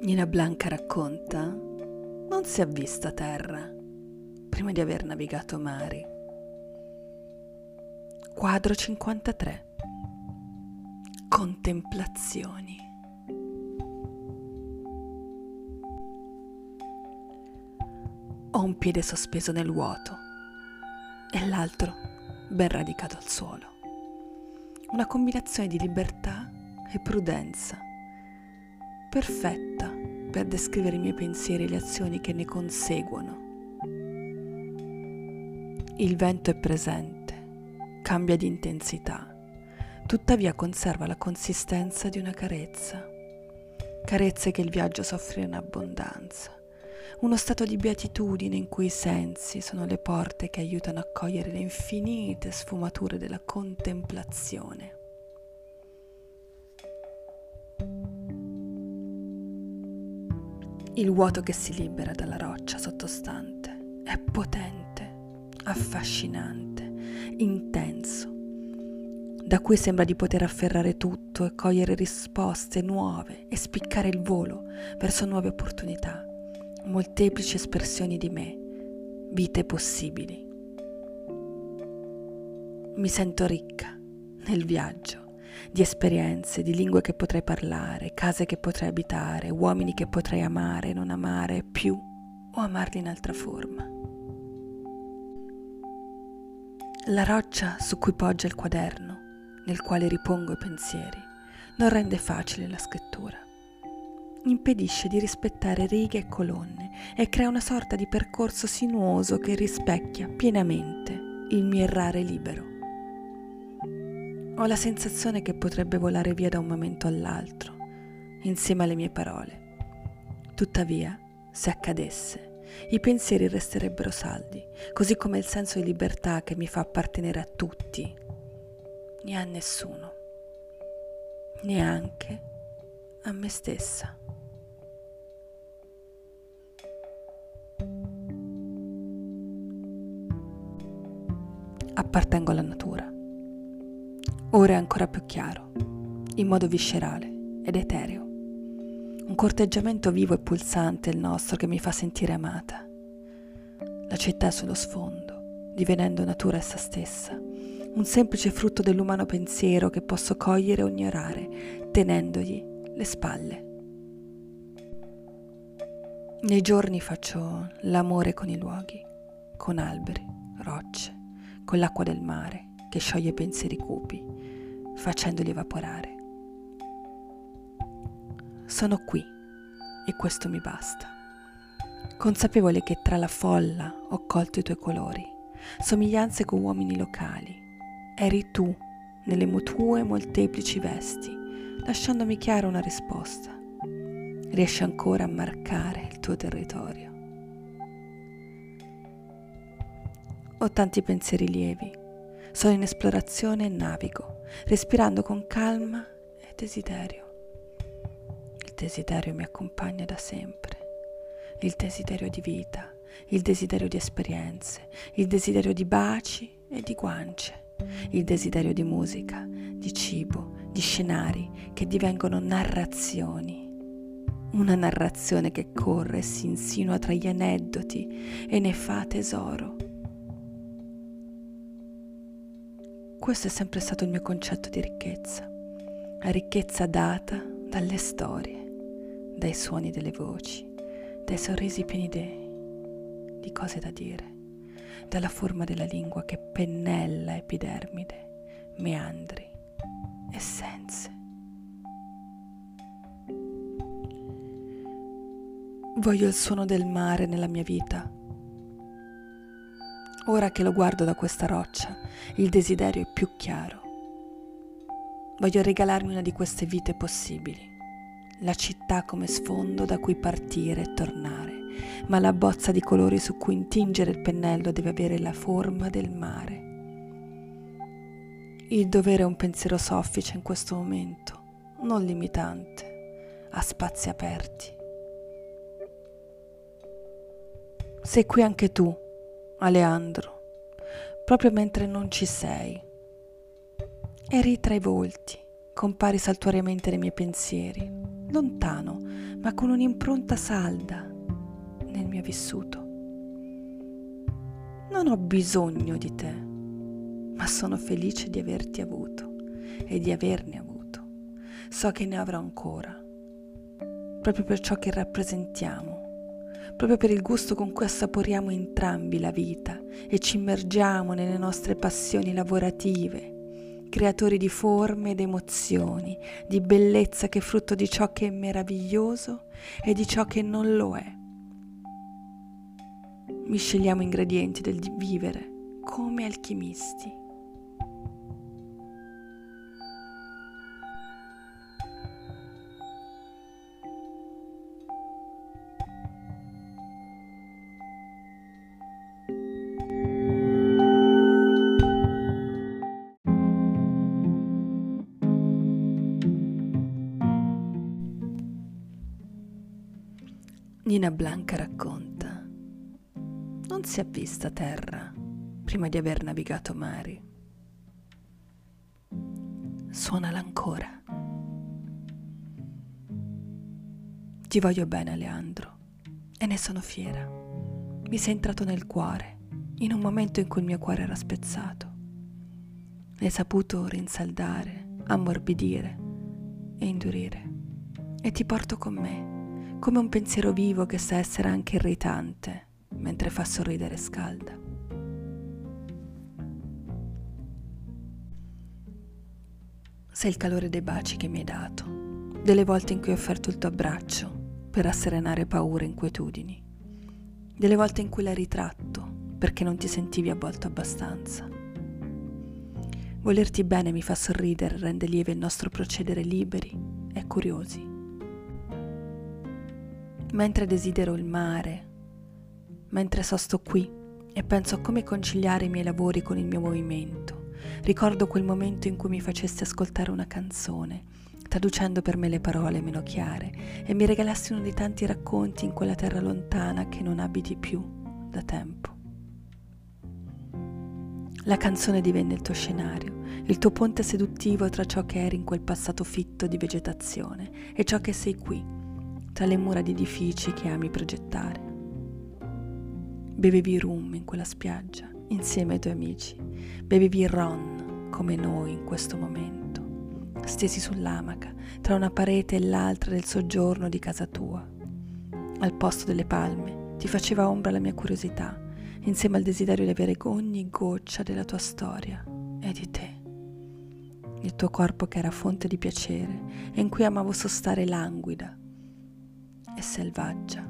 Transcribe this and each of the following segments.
Nina Blanca racconta: non si è vista terra prima di aver navigato mari. Quadro 53. Contemplazioni. Ho un piede sospeso nel vuoto e l'altro ben radicato al suolo. Una combinazione di libertà e prudenza, perfetta per descrivere i miei pensieri e le azioni che ne conseguono. Il vento è presente, cambia di intensità, tuttavia conserva la consistenza di una carezza. Carezze che il viaggio soffre in abbondanza. Uno stato di beatitudine in cui i sensi sono le porte che aiutano a cogliere le infinite sfumature della contemplazione. Il vuoto che si libera dalla roccia sottostante è potente, affascinante, intenso, da cui sembra di poter afferrare tutto e cogliere risposte nuove e spiccare il volo verso nuove opportunità, molteplici espressioni di me, vite possibili. Mi sento ricca nel viaggio, di esperienze, di lingue che potrei parlare, case che potrei abitare, uomini che potrei amare, non amare più o amarli in altra forma. La roccia su cui poggia il quaderno, nel quale ripongo i pensieri, non rende facile la scrittura. Impedisce di rispettare righe e colonne e crea una sorta di percorso sinuoso che rispecchia pienamente il mio errare libero. Ho la sensazione che potrebbe volare via da un momento all'altro, insieme alle mie parole. Tuttavia, se accadesse, i pensieri resterebbero saldi, così come il senso di libertà che mi fa appartenere a tutti, né a nessuno, neanche a me stessa. Appartengo alla natura. Ora è ancora più chiaro, in modo viscerale ed etereo. Un corteggiamento vivo e pulsante è il nostro che mi fa sentire amata. La città è sullo sfondo, divenendo natura essa stessa, un semplice frutto dell'umano pensiero che posso cogliere o ignorare, tenendogli le spalle. Nei giorni faccio l'amore con i luoghi, con alberi, rocce, con l'acqua del mare che scioglie i pensieri cupi, facendoli evaporare. Sono qui e questo mi basta. Consapevole che tra la folla ho colto i tuoi colori, somiglianze con uomini locali. Eri tu nelle tue molteplici vesti, lasciandomi chiara una risposta. Riesci ancora a marcare il tuo territorio. Ho tanti pensieri lievi. Sono in esplorazione e navigo, respirando con calma e desiderio. Il desiderio mi accompagna da sempre. Il desiderio di vita, il desiderio di esperienze, il desiderio di baci e di guance, il desiderio di musica, di cibo, di scenari che divengono narrazioni. Una narrazione che corre e si insinua tra gli aneddoti e ne fa tesoro. Questo è sempre stato il mio concetto di ricchezza, la ricchezza data dalle storie, dai suoni delle voci, dai sorrisi pieni di cose da dire, dalla forma della lingua che pennella epidermide, meandri, essenze. Voglio il suono del mare nella mia vita. Ora che lo guardo da questa roccia, il desiderio è più chiaro. Voglio regalarmi una di queste vite possibili, la città come sfondo da cui partire e tornare, ma la bozza di colori su cui intingere il pennello deve avere la forma del mare. Il dovere è un pensiero soffice in questo momento, non limitante, a spazi aperti. Sei qui anche tu, Aleandro, proprio mentre non ci sei. Eri tra i volti, compari saltuariamente nei miei pensieri. lontano, ma con un'impronta salda nel mio vissuto. Non ho bisogno di te, ma sono felice di averti avuto e di averne avuto. So che ne avrò ancora, proprio per ciò che rappresentiamo, proprio per il gusto con cui assaporiamo entrambi la vita e ci immergiamo nelle nostre passioni lavorative, creatori di forme ed emozioni, di bellezza che è frutto di ciò che è meraviglioso e di ciò che non lo è. Misceliamo ingredienti del vivere come alchimisti. Nina Blanca racconta: non si è vista terra prima di aver navigato mari. Suonala ancora. Ti voglio bene, Leandro, e ne sono fiera. Mi sei entrato nel cuore, in un momento in cui il mio cuore era spezzato. L'hai saputo rinsaldare, ammorbidire e indurire. E ti porto con me, come un pensiero vivo che sa essere anche irritante, mentre fa sorridere e scalda. Sei il calore dei baci che mi hai dato, delle volte in cui ho offerto il tuo abbraccio per rasserenare paure e inquietudini, delle volte in cui l'hai ritratto perché non ti sentivi avvolto abbastanza. Volerti bene mi fa sorridere, rende lieve il nostro procedere liberi e curiosi. Mentre desidero il mare, mentre sto qui e penso a come conciliare i miei lavori con il mio movimento, ricordo quel momento in cui mi facesti ascoltare una canzone, traducendo per me le parole meno chiare, e mi regalasti uno dei tanti racconti in quella terra lontana che non abiti più da tempo. La canzone divenne il tuo scenario, il tuo ponte seduttivo tra ciò che eri in quel passato fitto di vegetazione e ciò che sei qui, tra le mura di edifici che ami progettare. Bevevi rum in quella spiaggia, insieme ai tuoi amici. Bevevi ron, come noi in questo momento, stesi sull'amaca, tra una parete e l'altra del soggiorno di casa tua. Al posto delle palme ti faceva ombra la mia curiosità, insieme al desiderio di avere ogni goccia della tua storia e di te. Il tuo corpo che era fonte di piacere e in cui amavo sostare languida e selvaggia.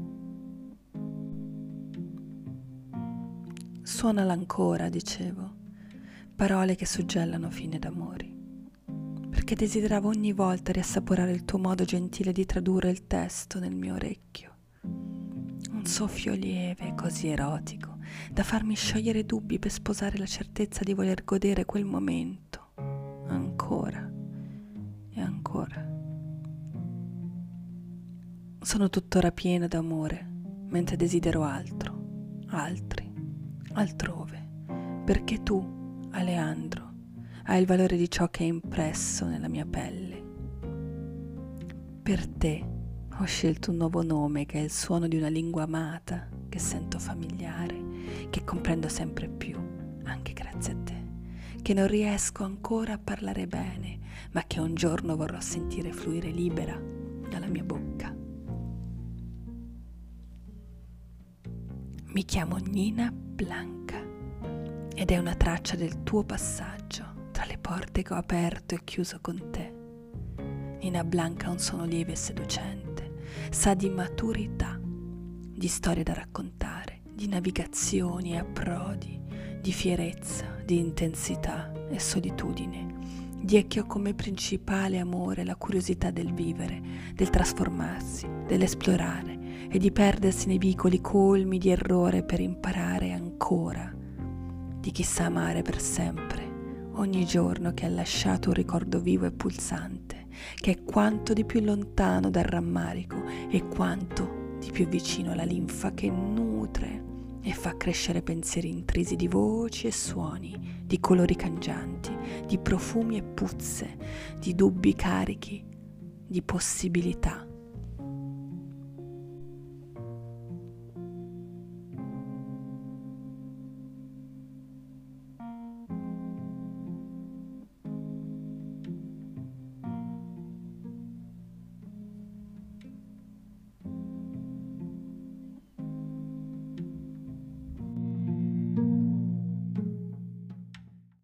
Suonala ancora, dicevo, parole che suggellano fine d'amori, perché desideravo ogni volta riassaporare il tuo modo gentile di tradurre il testo nel mio orecchio. Un soffio lieve, così erotico, da farmi sciogliere dubbi per sposare la certezza di voler godere quel momento, ancora e ancora. Sono tuttora piena d'amore, mentre desidero altro, altri, altrove, perché tu, Aleandro, hai il valore di ciò che è impresso nella mia pelle. Per te ho scelto un nuovo nome che è il suono di una lingua amata, che sento familiare, che comprendo sempre più, anche grazie a te, che non riesco ancora a parlare bene, ma che un giorno vorrò sentire fluire libera dalla mia bocca. Mi chiamo Nina Blanca ed è una traccia del tuo passaggio tra le porte che ho aperto e chiuso con te. Nina Blanca ha un suono lieve e seducente, sa di maturità, di storie da raccontare, di navigazioni e approdi, di fierezza, di intensità e solitudine, di che ho come principale amore la curiosità del vivere, del trasformarsi, dell'esplorare e di perdersi nei vicoli colmi di errore per imparare ancora, di chi sa amare per sempre, ogni giorno che ha lasciato un ricordo vivo e pulsante, che è quanto di più lontano dal rammarico e quanto di più vicino alla linfa che nutre e fa crescere pensieri intrisi di voci e suoni, di colori cangianti, di profumi e puzze, di dubbi carichi di possibilità.